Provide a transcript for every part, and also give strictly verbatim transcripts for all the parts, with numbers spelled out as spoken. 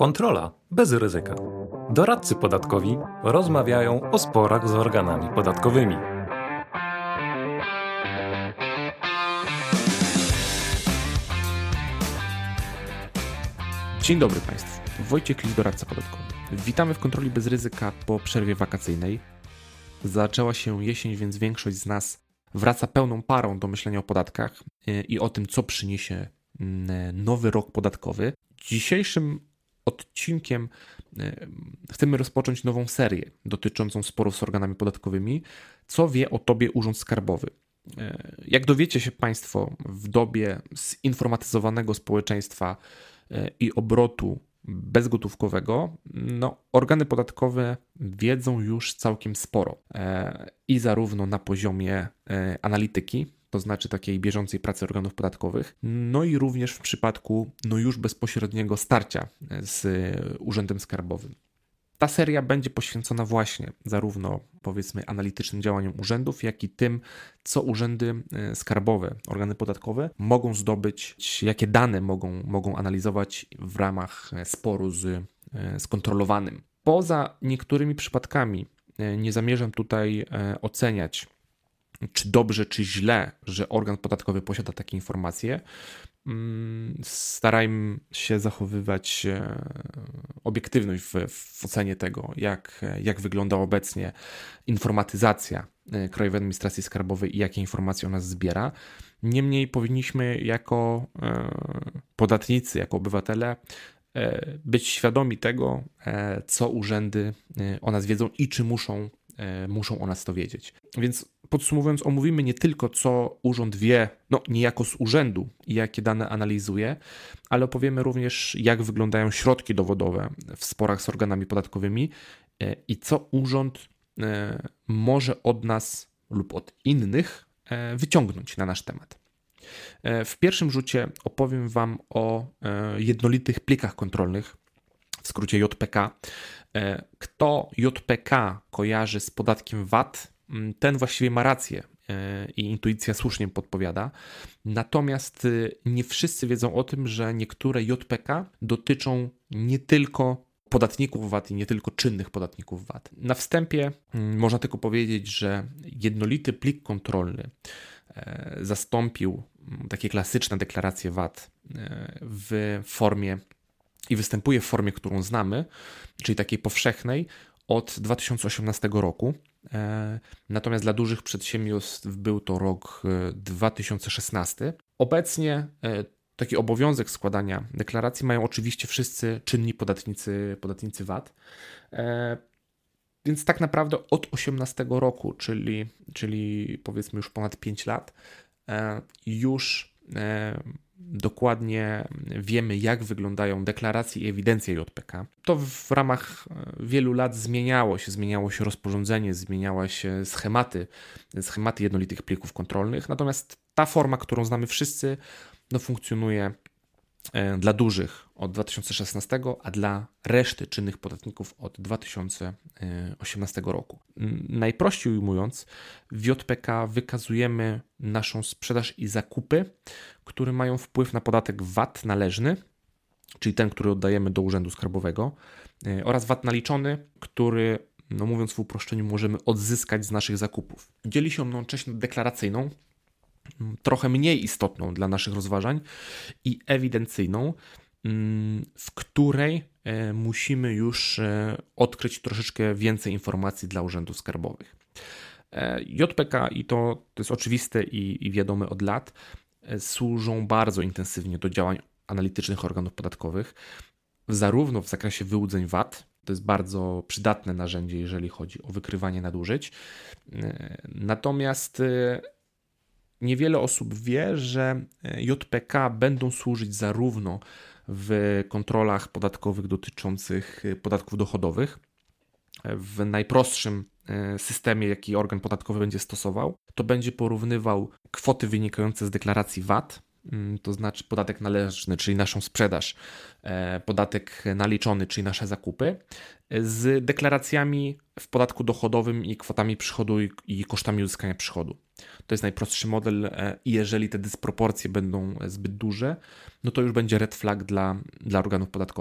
Kontrola bez ryzyka. Doradcy podatkowi rozmawiają o sporach z organami podatkowymi. Dzień dobry Państwu. Wojciech Lis, doradca podatkowy. Witamy w Kontroli bez ryzyka po przerwie wakacyjnej. Zaczęła się jesień, więc większość z nas wraca pełną parą do myślenia o podatkach i o tym, co przyniesie nowy rok podatkowy. Dzisiejszym odcinkiem chcemy rozpocząć nową serię dotyczącą sporów z organami podatkowymi. Co wie o Tobie Urząd Skarbowy? Jak dowiecie się Państwo, w dobie zinformatyzowanego społeczeństwa i obrotu bezgotówkowego, no, organy podatkowe wiedzą już całkiem sporo i zarówno na poziomie analityki, to znaczy takiej bieżącej pracy organów podatkowych, no i również w przypadku no już bezpośredniego starcia z Urzędem Skarbowym. Ta seria będzie poświęcona właśnie zarówno, powiedzmy, analitycznym działaniom urzędów, jak i tym, co urzędy skarbowe, organy podatkowe mogą zdobyć, jakie dane mogą, mogą analizować w ramach sporu z skontrolowanym. Poza niektórymi przypadkami nie zamierzam tutaj oceniać, czy dobrze, czy źle, że organ podatkowy posiada takie informacje. Starajmy się zachowywać obiektywność w, w ocenie tego, jak, jak wygląda obecnie informatyzacja Krajowej Administracji Skarbowej i jakie informacje o nas zbiera. Niemniej powinniśmy jako podatnicy, jako obywatele być świadomi tego, co urzędy o nas wiedzą i czy muszą, muszą o nas to wiedzieć. Więc podsumowując, omówimy nie tylko, co urząd wie, no niejako z urzędu i jakie dane analizuje, ale opowiemy również, jak wyglądają środki dowodowe w sporach z organami podatkowymi i co urząd może od nas lub od innych wyciągnąć na nasz temat. W pierwszym rzucie opowiem Wam o jednolitych plikach kontrolnych, w skrócie J P K. Kto J P K kojarzy z podatkiem V A T, ten właściwie ma rację i intuicja słusznie podpowiada. Natomiast nie wszyscy wiedzą o tym, że niektóre J P K dotyczą nie tylko podatników V A T i nie tylko czynnych podatników V A T. Na wstępie można tylko powiedzieć, że jednolity plik kontrolny zastąpił takie klasyczne deklaracje V A T w formie i występuje w formie, którą znamy, czyli takiej powszechnej, od dwa tysiące osiemnastego roku. Natomiast dla dużych przedsiębiorstw był to rok dwa tysiące szesnasty. Obecnie taki obowiązek składania deklaracji mają oczywiście wszyscy czynni podatnicy, podatnicy V A T. Więc tak naprawdę od osiemnastego roku, czyli, czyli powiedzmy już ponad pięć lat, już dokładnie wiemy, jak wyglądają deklaracje i ewidencje J P K. To w ramach wielu lat zmieniało się, zmieniało się rozporządzenie, zmieniały się schematy, schematy jednolitych plików kontrolnych, natomiast ta forma, którą znamy wszyscy, no funkcjonuje dla dużych od dwa tysiące szesnastego, a dla reszty czynnych podatników od dwa tysiące osiemnastego roku. Najprościej ujmując, w J P K wykazujemy naszą sprzedaż i zakupy, które mają wpływ na podatek V A T należny, czyli ten, który oddajemy do Urzędu Skarbowego, oraz V A T naliczony, który, no mówiąc w uproszczeniu, możemy odzyskać z naszych zakupów. Dzieli się on na część deklaracyjną, trochę mniej istotną dla naszych rozważań, i ewidencyjną, w której musimy już odkryć troszeczkę więcej informacji dla urzędów skarbowych. J P K, i to, to jest oczywiste i, i wiadome od lat, służą bardzo intensywnie do działań analitycznych organów podatkowych, zarówno w zakresie wyłudzeń V A T, to jest bardzo przydatne narzędzie, jeżeli chodzi o wykrywanie nadużyć, natomiast niewiele osób wie, że J P K będą służyć zarówno w kontrolach podatkowych dotyczących podatków dochodowych. W najprostszym systemie, jaki organ podatkowy będzie stosował, to będzie porównywał kwoty wynikające z deklaracji V A T, to znaczy podatek należny, czyli naszą sprzedaż, podatek naliczony, czyli nasze zakupy, z deklaracjami w podatku dochodowym i kwotami przychodu i kosztami uzyskania przychodu. To jest najprostszy model i jeżeli te dysproporcje będą zbyt duże, no to już będzie red flag dla, dla organów podatkowych.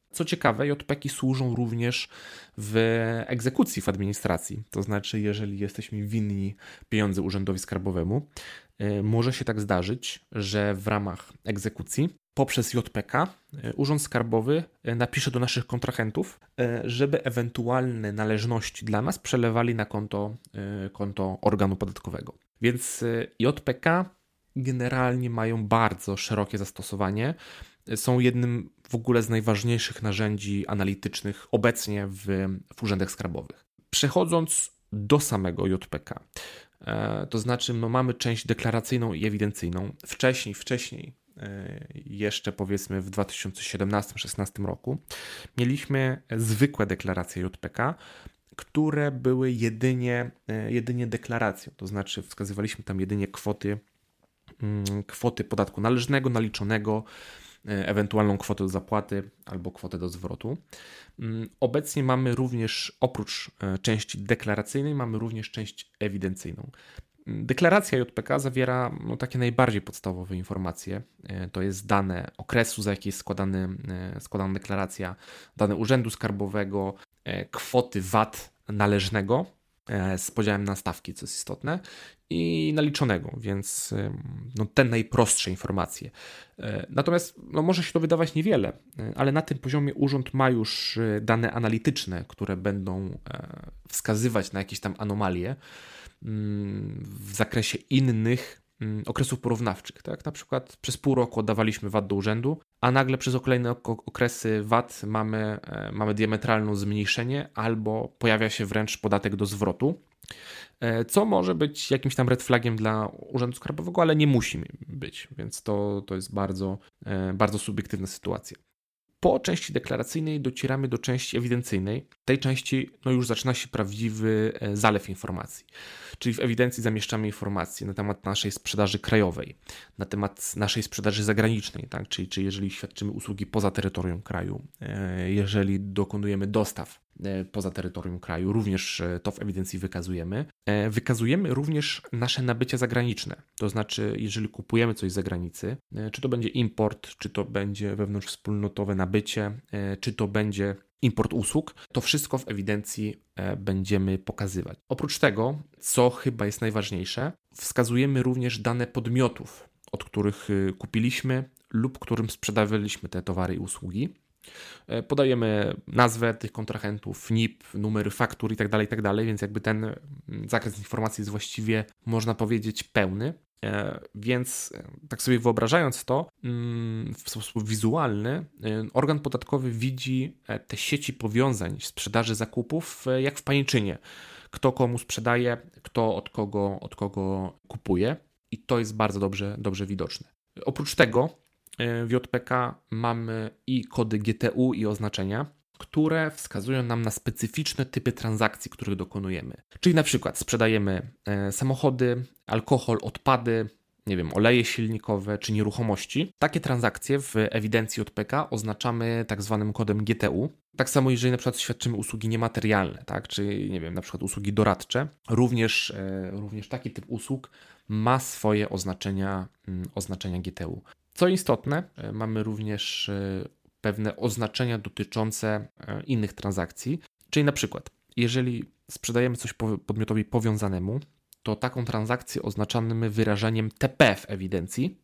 Co ciekawe, J P K-i służą również w egzekucji w administracji. To znaczy, jeżeli jesteśmy winni pieniądze Urzędowi Skarbowemu, może się tak zdarzyć, że w ramach egzekucji poprzez J P K Urząd Skarbowy napisze do naszych kontrahentów, żeby ewentualne należności dla nas przelewali na konto, konto organu podatkowego. Więc J P K generalnie mają bardzo szerokie zastosowanie. Są jednym w ogóle z najważniejszych narzędzi analitycznych obecnie w, w urzędach skarbowych. Przechodząc do samego J P K, to znaczy no, mamy część deklaracyjną i ewidencyjną. Wcześniej, wcześniej, jeszcze powiedzmy w dwa tysiące siedemnastym szesnastym roku, mieliśmy zwykłe deklaracje J P K, które były jedynie, jedynie deklaracją, to znaczy wskazywaliśmy tam jedynie kwoty, kwoty podatku należnego, naliczonego, ewentualną kwotę do zapłaty albo kwotę do zwrotu. Obecnie mamy również, oprócz części deklaracyjnej, mamy również część ewidencyjną. Deklaracja J P K zawiera no, takie najbardziej podstawowe informacje. To jest dane okresu, za jaki jest składany, składana deklaracja, dane Urzędu Skarbowego, kwoty V A T należnego z podziałem na stawki, co jest istotne, i naliczonego, więc no, te najprostsze informacje. Natomiast no, może się to wydawać niewiele, ale na tym poziomie urząd ma już dane analityczne, które będą wskazywać na jakieś tam anomalie w zakresie innych okresów porównawczych. Tak? Na przykład przez pół roku oddawaliśmy V A T do urzędu, a nagle przez kolejne okresy V A T mamy, mamy diametralne zmniejszenie albo pojawia się wręcz podatek do zwrotu, co może być jakimś tam red flagiem dla Urzędu Skarbowego, ale nie musi być, więc to, to jest bardzo, bardzo subiektywna sytuacja. Po części deklaracyjnej docieramy do części ewidencyjnej. W tej części no już zaczyna się prawdziwy zalew informacji. Czyli w ewidencji zamieszczamy informacje na temat naszej sprzedaży krajowej, na temat naszej sprzedaży zagranicznej, tak? czyli, czyli jeżeli świadczymy usługi poza terytorium kraju, jeżeli dokonujemy dostaw poza terytorium kraju, również to w ewidencji wykazujemy. Wykazujemy również nasze nabycia zagraniczne, to znaczy jeżeli kupujemy coś z zagranicy, czy to będzie import, czy to będzie wewnątrzwspólnotowe nabycie, czy to będzie import usług, to wszystko w ewidencji będziemy pokazywać. Oprócz tego, co chyba jest najważniejsze, wskazujemy również dane podmiotów, od których kupiliśmy lub którym sprzedawaliśmy te towary i usługi. Podajemy nazwę tych kontrahentów, N I P, numery faktur itd., itd., więc jakby ten zakres informacji jest właściwie, można powiedzieć, pełny. Więc tak sobie wyobrażając to w sposób wizualny, organ podatkowy widzi te sieci powiązań sprzedaży zakupów jak w pajęczynie. Kto komu sprzedaje, kto od kogo, od kogo kupuje i to jest bardzo dobrze, dobrze widoczne. Oprócz tego w J P K mamy i kody G T U i oznaczenia, które wskazują nam na specyficzne typy transakcji, których dokonujemy. Czyli na przykład sprzedajemy samochody, alkohol, odpady, nie wiem, oleje silnikowe czy nieruchomości. Takie transakcje w ewidencji J P K oznaczamy tak zwanym kodem G T U. Tak samo jeżeli na przykład świadczymy usługi niematerialne, tak, czy nie wiem, na przykład usługi doradcze, również, również taki typ usług ma swoje oznaczenia, oznaczenia G T U. Co istotne, mamy również pewne oznaczenia dotyczące innych transakcji, czyli na przykład jeżeli sprzedajemy coś podmiotowi powiązanemu, to taką transakcję oznaczamy wyrażeniem T P w ewidencji,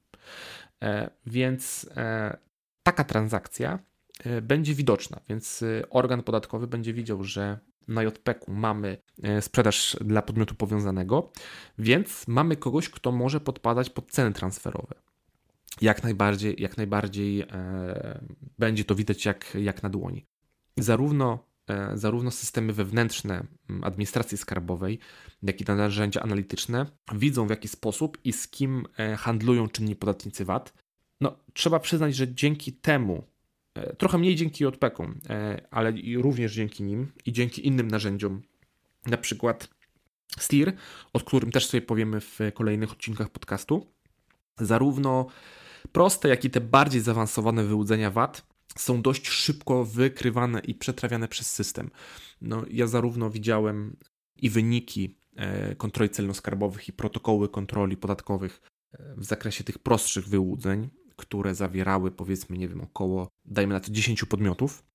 więc taka transakcja będzie widoczna, więc organ podatkowy będzie widział, że na J P K mamy sprzedaż dla podmiotu powiązanego, więc mamy kogoś, kto może podpadać pod ceny transferowe. Jak najbardziej, jak najbardziej e, będzie to widać jak, jak na dłoni. Zarówno, e, zarówno systemy wewnętrzne administracji skarbowej, jak i narzędzia analityczne widzą, w jaki sposób i z kim e, handlują czynni podatnicy V A T. No, trzeba przyznać, że dzięki temu, e, trochę mniej dzięki J P K-om, e, ale i również dzięki nim i dzięki innym narzędziom, na przykład S T I R, o którym też sobie powiemy w kolejnych odcinkach podcastu, zarówno proste, jak i te bardziej zaawansowane wyłudzenia V A T są dość szybko wykrywane i przetrawiane przez system. No, ja zarówno widziałem i wyniki kontroli celno-skarbowych i protokoły kontroli podatkowych w zakresie tych prostszych wyłudzeń, które zawierały powiedzmy, nie wiem, około, dajmy na to dziesięć podmiotów,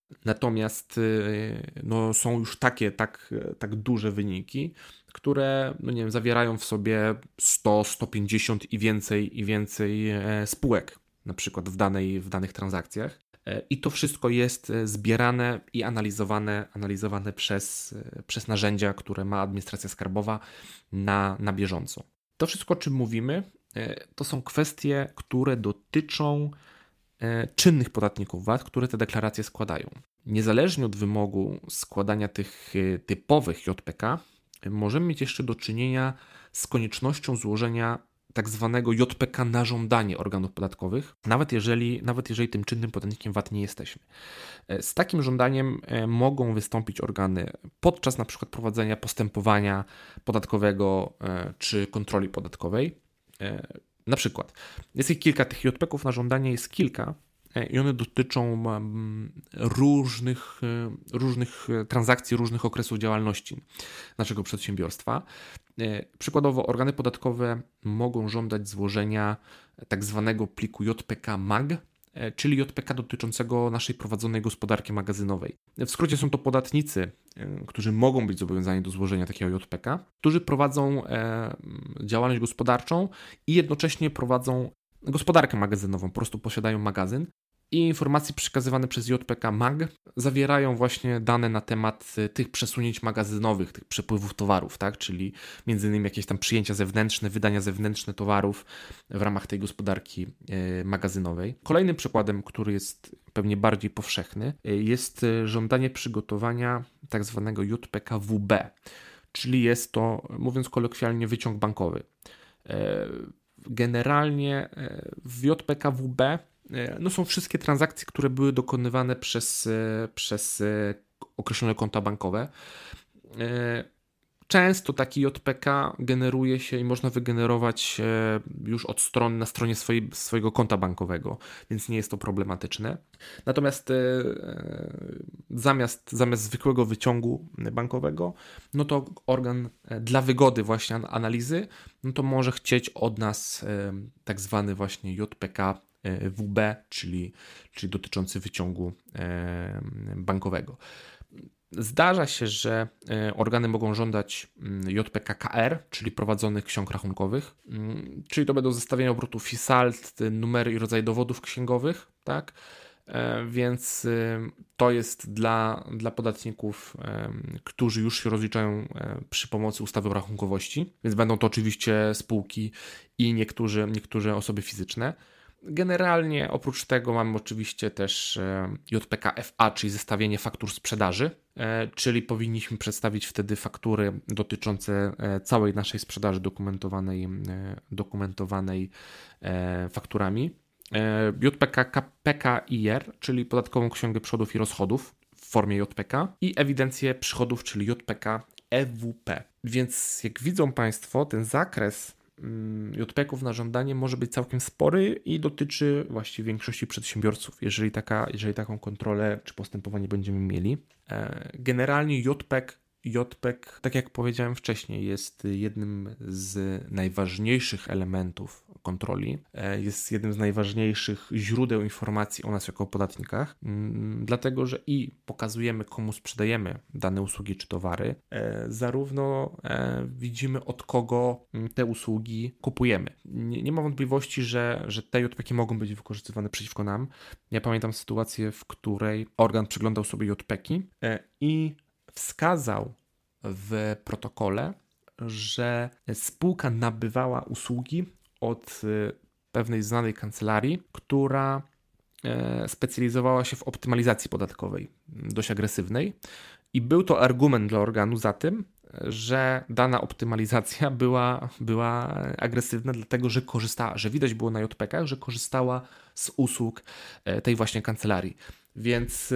Natomiast no, są już takie tak, tak duże wyniki, które no nie wiem, zawierają w sobie sto, sto pięćdziesiąt i więcej, i więcej spółek, na przykład w, danej, w danych transakcjach. I to wszystko jest zbierane i analizowane, analizowane przez, przez narzędzia, które ma administracja skarbowa na, na bieżąco. To wszystko, o czym mówimy, to są kwestie, które dotyczą czynnych podatników V A T, które te deklaracje składają. Niezależnie od wymogu składania tych typowych J P K, możemy mieć jeszcze do czynienia z koniecznością złożenia tak zwanego J P K na żądanie organów podatkowych, nawet jeżeli, nawet jeżeli tym czynnym podatnikiem V A T nie jesteśmy. Z takim żądaniem mogą wystąpić organy podczas na przykład prowadzenia postępowania podatkowego czy kontroli podatkowej. Na przykład jest ich kilka tych J P K-ów na żądanie, jest kilka i one dotyczą różnych, różnych transakcji, różnych okresów działalności naszego przedsiębiorstwa. Przykładowo organy podatkowe mogą żądać złożenia tak zwanego pliku J P K M A G, czyli J P K dotyczącego naszej prowadzonej gospodarki magazynowej. W skrócie są to podatnicy, którzy mogą być zobowiązani do złożenia takiego J P K, którzy prowadzą działalność gospodarczą i jednocześnie prowadzą gospodarkę magazynową, po prostu posiadają magazyn. I informacje przekazywane przez J P K M A G zawierają właśnie dane na temat tych przesunięć magazynowych, tych przepływów towarów, tak? Czyli między innymi jakieś tam przyjęcia zewnętrzne, wydania zewnętrzne towarów w ramach tej gospodarki magazynowej. Kolejnym przykładem, który jest pewnie bardziej powszechny, jest żądanie przygotowania tak zwanego J P K W B, czyli jest to, mówiąc kolokwialnie, wyciąg bankowy. Generalnie w J P K W B no są wszystkie transakcje, które były dokonywane przez, przez określone konta bankowe. Często taki J P K generuje się i można wygenerować już od strony, na stronie swojej, swojego konta bankowego, więc nie jest to problematyczne. Natomiast zamiast, zamiast zwykłego wyciągu bankowego, no to organ dla wygody właśnie analizy, no to może chcieć od nas tak zwany właśnie J P K W B, czyli, czyli dotyczący wyciągu bankowego. Zdarza się, że organy mogą żądać J P K K R, czyli prowadzonych ksiąg rachunkowych, czyli to będą zestawienia obrotów F I S A L T, numery i rodzaj dowodów księgowych, tak? Więc to jest dla, dla podatników, którzy już się rozliczają przy pomocy ustawy o rachunkowości, więc będą to oczywiście spółki i niektórzy, niektóre osoby fizyczne. Generalnie oprócz tego mamy oczywiście też J P K F A, czyli zestawienie faktur sprzedaży, czyli powinniśmy przedstawić wtedy faktury dotyczące całej naszej sprzedaży dokumentowanej, dokumentowanej fakturami. J P K P K I R, czyli podatkową księgę przychodów i rozchodów w formie J P K i ewidencję przychodów, czyli J P K E W P. Więc jak widzą Państwo, ten zakres J P K-ów na żądanie może być całkiem spory i dotyczy właściwie większości przedsiębiorców, jeżeli, taka, jeżeli taką kontrolę czy postępowanie będziemy mieli. Generalnie J P K, J P K, tak jak powiedziałem wcześniej, jest jednym z najważniejszych elementów kontroli, jest jednym z najważniejszych źródeł informacji o nas jako podatnikach, dlatego że i pokazujemy, komu sprzedajemy dane usługi czy towary, zarówno widzimy, od kogo te usługi kupujemy. Nie, nie ma wątpliwości, że, że te J P K mogą być wykorzystywane przeciwko nam. Ja pamiętam sytuację, w której organ przeglądał sobie J P K i wskazał w protokole, że spółka nabywała usługi od pewnej znanej kancelarii, która specjalizowała się w optymalizacji podatkowej, dość agresywnej, i był to argument dla organu za tym, że dana optymalizacja była, była agresywna, dlatego że korzystała, że widać było na J P K, że korzystała z usług tej właśnie kancelarii. Więc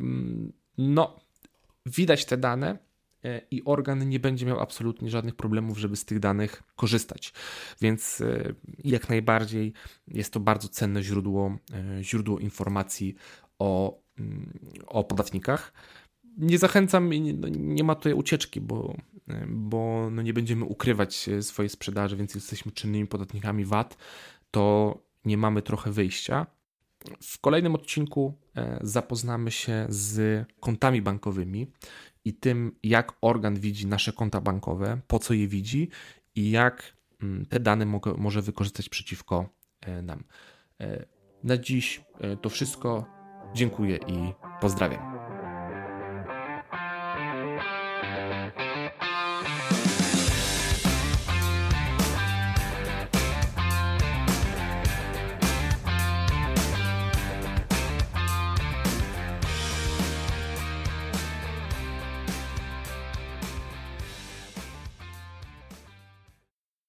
no, widać te dane i organ nie będzie miał absolutnie żadnych problemów, żeby z tych danych korzystać. Więc jak najbardziej jest to bardzo cenne źródło, źródło informacji o, o podatnikach. Nie zachęcam, nie ma tutaj ucieczki, bo, bo no nie będziemy ukrywać swojej sprzedaży, więc jesteśmy czynnymi podatnikami V A T, to nie mamy trochę wyjścia. W kolejnym odcinku zapoznamy się z kontami bankowymi i tym, jak organ widzi nasze konta bankowe, po co je widzi i jak te dane mogę, może wykorzystać przeciwko nam. Na dziś to wszystko. Dziękuję i pozdrawiam.